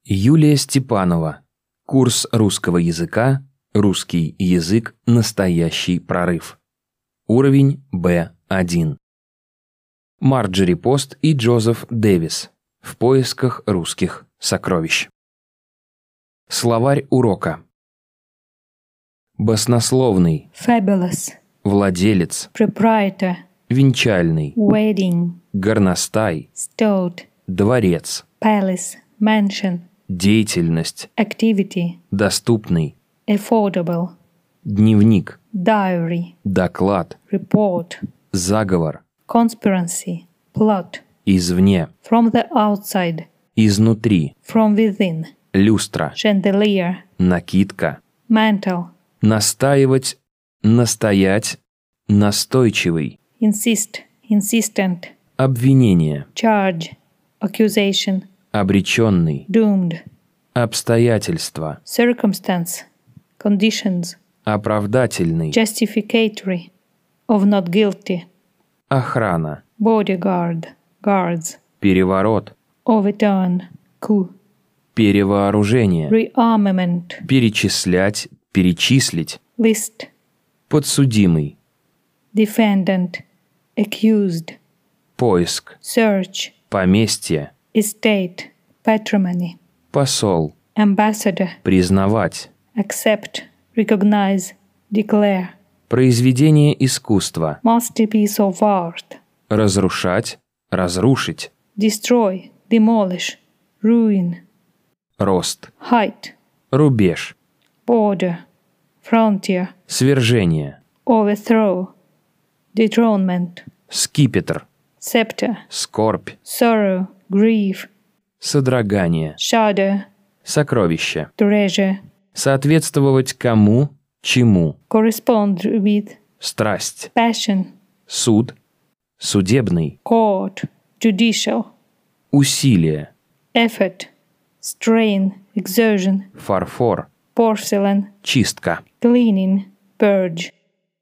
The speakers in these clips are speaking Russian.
Юлия Степанова. Курс русского языка. Русский язык. Настоящий прорыв. Уровень B1. Марджори Пост и Джозеф Дэвис. В поисках русских сокровищ. Словарь урока. Баснословный. Fabulous. Владелец. Proprietor. Венчальный. Wedding. Горностай. Stowed. Дворец. Palace. Mansion. Деятельность. Activity. Доступный. Affordable. Дневник. Diary. Доклад. Report. Заговор. Conspiracy. Plot. Извне. From the outside. Изнутри. From within. Люстра. Chandelier. Накидка. Mantle. Настаивать. Настоять. Настойчивый. Insist. Insistent. Обвинение. Charge. Accusation. Обреченный. Doomed. Обстоятельства. Circumstance. Conditions. Оправдательный. Justificatory. Of not guilty. Охрана. Bodyguard. Guards. Переворот. Overturn. Coup. Перевооружение. Rearmament. Перечислять. Перечислить. List. Подсудимый. Defendant. Accused. Поиск. Search. Поместье. Estate. Patrimony. Посол. Ambassador. Признавать. Accept. Recognize. Declare. Произведение искусства. Masterpiece of art. Разрушать. Разрушить. Destroy. Demolish. Ruin. Рост. Height. Рубеж. Border. Frontier. Свержение. Overthrow. Dethronement. Скипетр. Scepter. Скорбь. Sorrow. Grief. Содрогание. Shudder. Сокровище. Treasure. Соответствовать кому, чему. Correspond with. Страсть. Passion. Суд. Судебный. Court. Judicial. Усилие. Effort. Strain. Exertion. Фарфор. Porcelain. Чистка. Cleaning. Purge.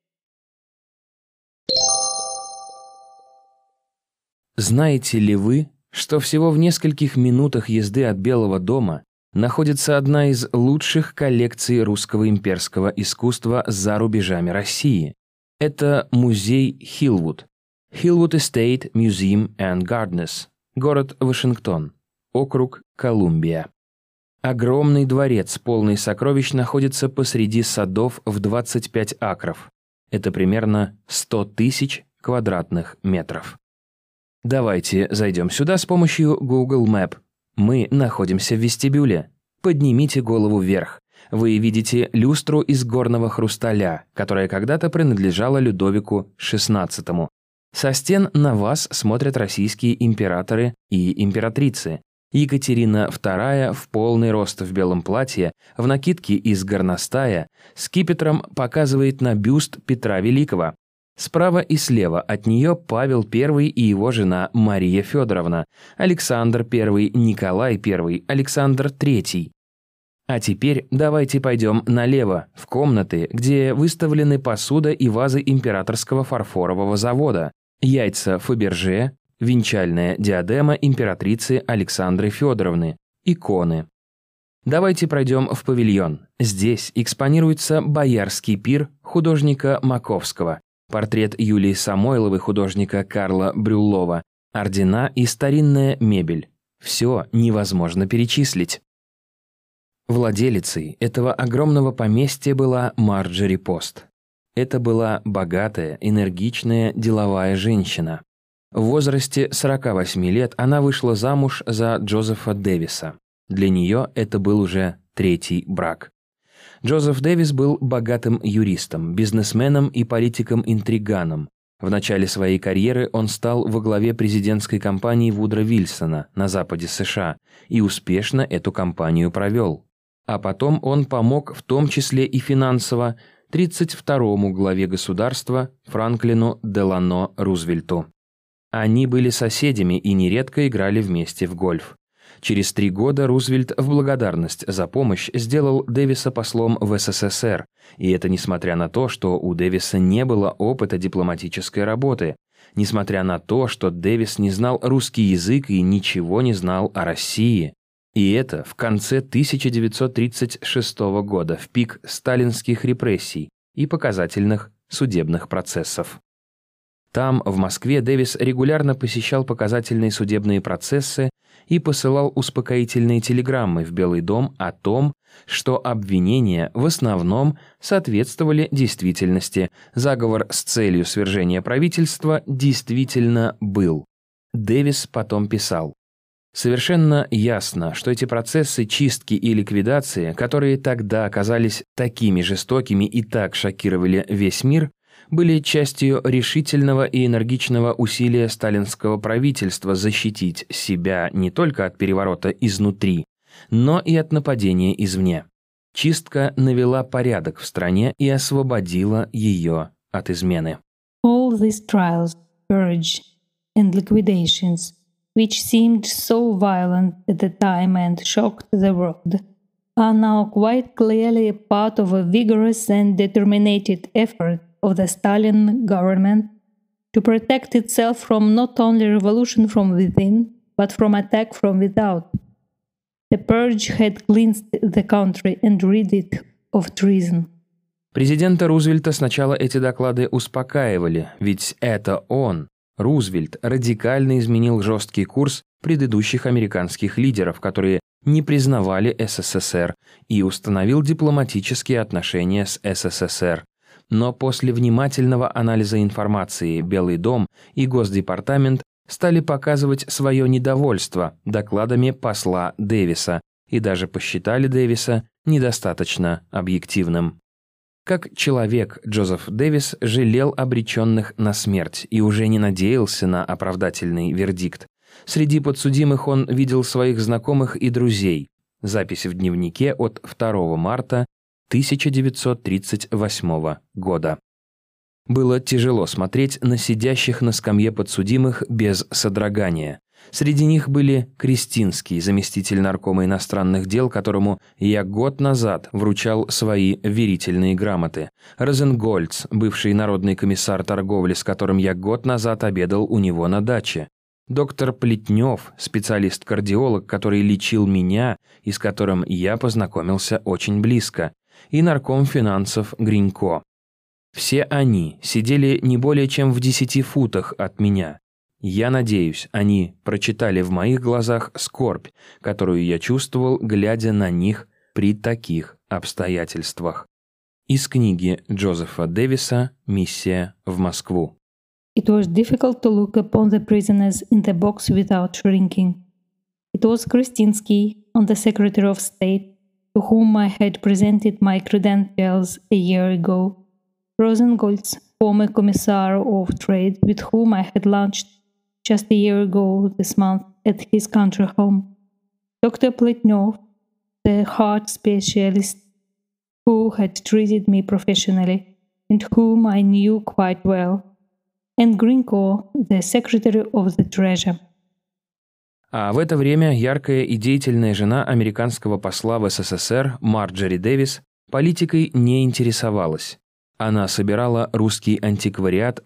Знаете ли вы, что всего в нескольких минутах езды от Белого дома находится одна из лучших коллекций русского имперского искусства за рубежами России? Это музей Хиллвуд. Hillwood Estate Museum and Gardens. Город Вашингтон. Округ Колумбия. Огромный дворец, полный сокровищ, находится посреди садов в 25 акров. Это примерно 100 тысяч квадратных метров. Давайте зайдем сюда с помощью Google Map. Мы находимся в вестибюле. Поднимите голову вверх. Вы видите люстру из горного хрусталя, которая когда-то принадлежала Людовику XVI. Со стен на вас смотрят российские императоры и императрицы. Екатерина II в полный рост в белом платье, в накидке из горностая, скипетром показывает на бюст Петра Великого. Справа и слева от нее Павел I и его жена Мария Федоровна, Александр I, Николай I, Александр III. А теперь давайте пойдем налево, в комнаты, где выставлены посуда и вазы императорского фарфорового завода, яйца Фаберже, венчальная диадема императрицы Александры Федоровны, иконы. Давайте пройдем в павильон. Здесь экспонируется «Боярский пир» художника Маковского, портрет Юлии Самойловой художника Карла Брюллова, ордена и старинная мебель. Все невозможно перечислить. Владелицей этого огромного поместья была Марджори Пост. Это была богатая, энергичная, деловая женщина. В возрасте 48 лет она вышла замуж за Джозефа Дэвиса. Для нее это был уже третий брак. Джозеф Дэвис был богатым юристом, бизнесменом и политиком-интриганом. В начале своей карьеры он стал во главе президентской кампании Вудро Вильсона на западе США и успешно эту кампанию провел. А потом он помог в том числе и финансово 32-му главе государства Франклину Делано Рузвельту. Они были соседями и нередко играли вместе в гольф. Через 3 года Рузвельт в благодарность за помощь сделал Дэвиса послом в СССР, и это несмотря на то, что у Дэвиса не было опыта дипломатической работы, несмотря на то, что Дэвис не знал русский язык и ничего не знал о России. И это в конце 1936 года, в пик сталинских репрессий и показательных судебных процессов. Там, в Москве, Дэвис регулярно посещал показательные судебные процессы и посылал успокоительные телеграммы в Белый дом о том, что обвинения в основном соответствовали действительности, заговор с целью свержения правительства действительно был. Дэвис потом писал: «Совершенно ясно, что эти процессы чистки и ликвидации, которые тогда оказались такими жестокими и так шокировали весь мир, были частью решительного и энергичного усилия сталинского правительства защитить себя не только от переворота изнутри, но и от нападения извне. Чистка навела порядок в стране и освободила ее от измены». All these trials, purge, and liquidations, which seemed so violent at the time and shocked the world, are now quite clearly a part of a vigorous and determined effort of the Stalin government to protect itself from not only revolution from within, but from attack from without. The purge had cleansed the country and rid it of treason. Президента Рузвельта сначала эти доклады успокаивали, ведь это он, Рузвельт, радикально изменил жесткий курс предыдущих американских лидеров, которые не признавали СССР, и установил дипломатические отношения с СССР. Но после внимательного анализа информации Белый дом и Госдепартамент стали показывать свое недовольство докладами посла Дэвиса и даже посчитали Дэвиса недостаточно объективным. Как человек, Джозеф Дэвис жалел обреченных на смерть и уже не надеялся на оправдательный вердикт. Среди подсудимых он видел своих знакомых и друзей. Запись в дневнике от 2 марта 1938 года. Было тяжело смотреть на сидящих на скамье подсудимых без содрогания. Среди них были Крестинский, заместитель наркома иностранных дел, которому я год назад вручал свои верительные грамоты, Розенгольц, бывший народный комиссар торговли, с которым я год назад обедал у него на даче, доктор Плетнев, специалист-кардиолог, который лечил меня и с которым я познакомился очень близко, и нарком финансов Гринько. Все они сидели не более чем в 10 футах от меня. Я надеюсь, они прочитали в моих глазах скорбь, которую я чувствовал, глядя на них при таких обстоятельствах. Из книги Джозефа Дэвиса «Миссия в Москву». It was difficult to look upon the prisoners in the box without shrinking. It was Krestinsky, the Secretary of State, to whom I had presented my credentials a year ago, Rozengoltz, former Commissar of Trade, with whom I had lunched just a year ago this month at his country home, Dr. Plетнев, the heart specialist who had treated me professionally and whom I knew quite well, and Grinko, the Secretary of the Treasury. А в это время яркая и деятельная жена американского посла в СССР Марджори Дэвис политикой не интересовалась. Она собирала русский антиквариат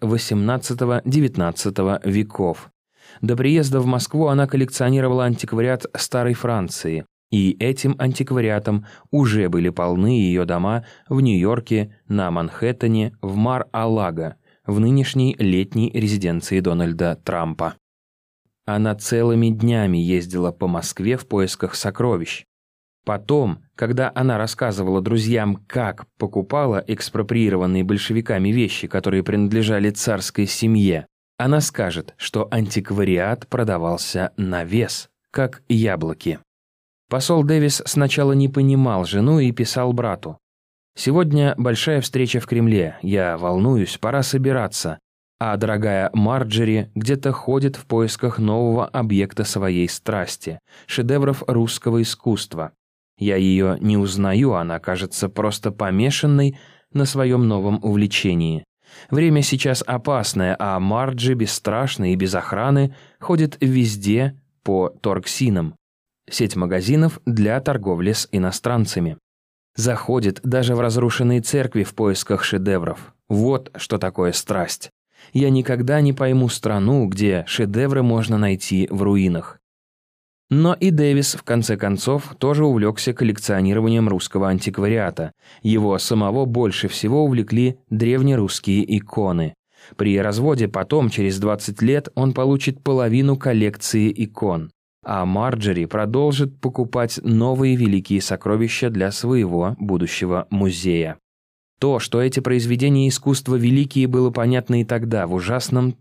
XVIII-XIX веков. До приезда в Москву она коллекционировала антиквариат Старой Франции, и этим антиквариатом уже были полны ее дома в Нью-Йорке, на Манхэттене, в Мар-а-Лаго, в нынешней летней резиденции Дональда Трампа. Она целыми днями ездила по Москве в поисках сокровищ. Потом, когда она рассказывала друзьям, как покупала экспроприированные большевиками вещи, которые принадлежали царской семье, она скажет, что антиквариат продавался на вес, как яблоки. Посол Дэвис сначала не понимал жену и писал брату: «Сегодня большая встреча в Кремле, я волнуюсь, пора собираться, а дорогая Марджори где-то ходит в поисках нового объекта своей страсти, шедевров русского искусства. Я ее не узнаю, она кажется просто помешанной на своем новом увлечении. Время сейчас опасное, а Марджи бесстрашно и без охраны ходит везде по торгсинам, сеть магазинов для торговли с иностранцами. Заходит даже в разрушенные церкви в поисках шедевров. Вот что такое страсть. Я никогда не пойму страну, где шедевры можно найти в руинах». Но и Дэвис, в конце концов, тоже увлекся коллекционированием русского антиквариата. Его самого больше всего увлекли древнерусские иконы. При разводе потом, через 20 лет, он получит половину коллекции икон, а Марджери продолжит покупать новые великие сокровища для своего будущего музея. То, что эти произведения искусства великие, было понятно и тогда, в ужасном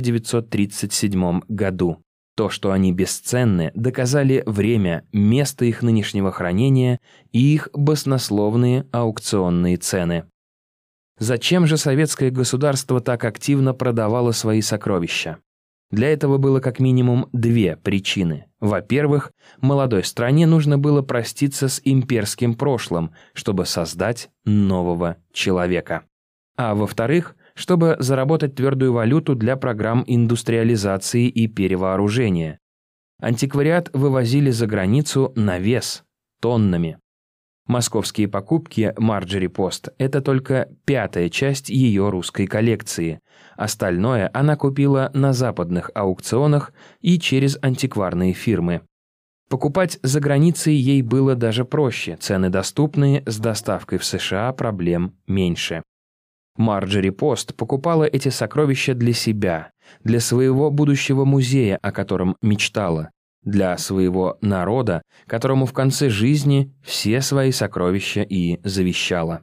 1937 году. То, что они бесценны, доказали время, место их нынешнего хранения и их баснословные аукционные цены. Зачем же советское государство так активно продавало свои сокровища? Для этого было как минимум две причины. Во-первых, молодой стране нужно было проститься с имперским прошлым, чтобы создать нового человека. А во-вторых, чтобы заработать твердую валюту для программ индустриализации и перевооружения. Антиквариат вывозили за границу на вес, тоннами. Московские покупки Марджери Пост – это только 5-я часть ее русской коллекции. Остальное она купила на западных аукционах и через антикварные фирмы. Покупать за границей ей было даже проще, цены доступные, с доставкой в США проблем меньше. Марджери Пост покупала эти сокровища для себя, для своего будущего музея, о котором мечтала, для своего народа, которому в конце жизни все свои сокровища и завещала.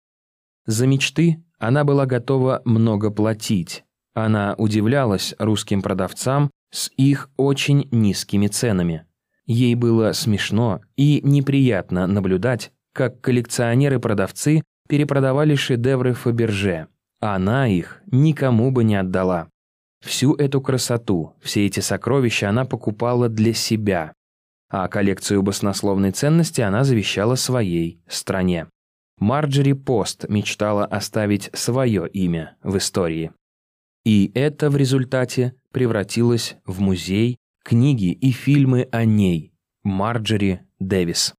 За мечты она была готова много платить. Она удивлялась русским продавцам с их очень низкими ценами. Ей было смешно и неприятно наблюдать, как коллекционеры-продавцы перепродавали шедевры Фаберже. Она их никому бы не отдала. Всю эту красоту, все эти сокровища она покупала для себя, а коллекцию баснословной ценности она завещала своей стране. Марджери Пост мечтала оставить свое имя в истории. И это в результате превратилось в музей, книги и фильмы о ней, Марджери Дэвис.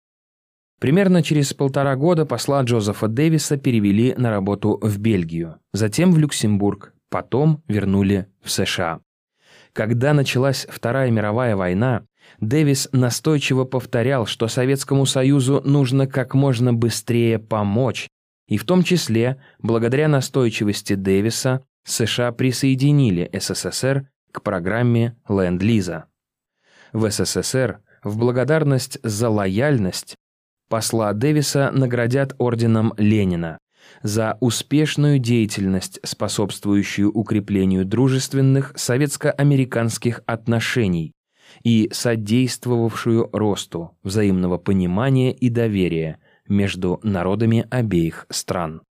Примерно через 1,5 года посла Джозефа Дэвиса перевели на работу в Бельгию, затем в Люксембург, потом вернули в США. Когда началась Вторая мировая война, Дэвис настойчиво повторял, что Советскому Союзу нужно как можно быстрее помочь, и в том числе, благодаря настойчивости Дэвиса, США присоединили СССР к программе Ленд-Лиза. В СССР в благодарность за лояльность посла Дэвиса наградят орденом Ленина за успешную деятельность, способствующую укреплению дружественных советско-американских отношений и содействовавшую росту взаимного понимания и доверия между народами обеих стран.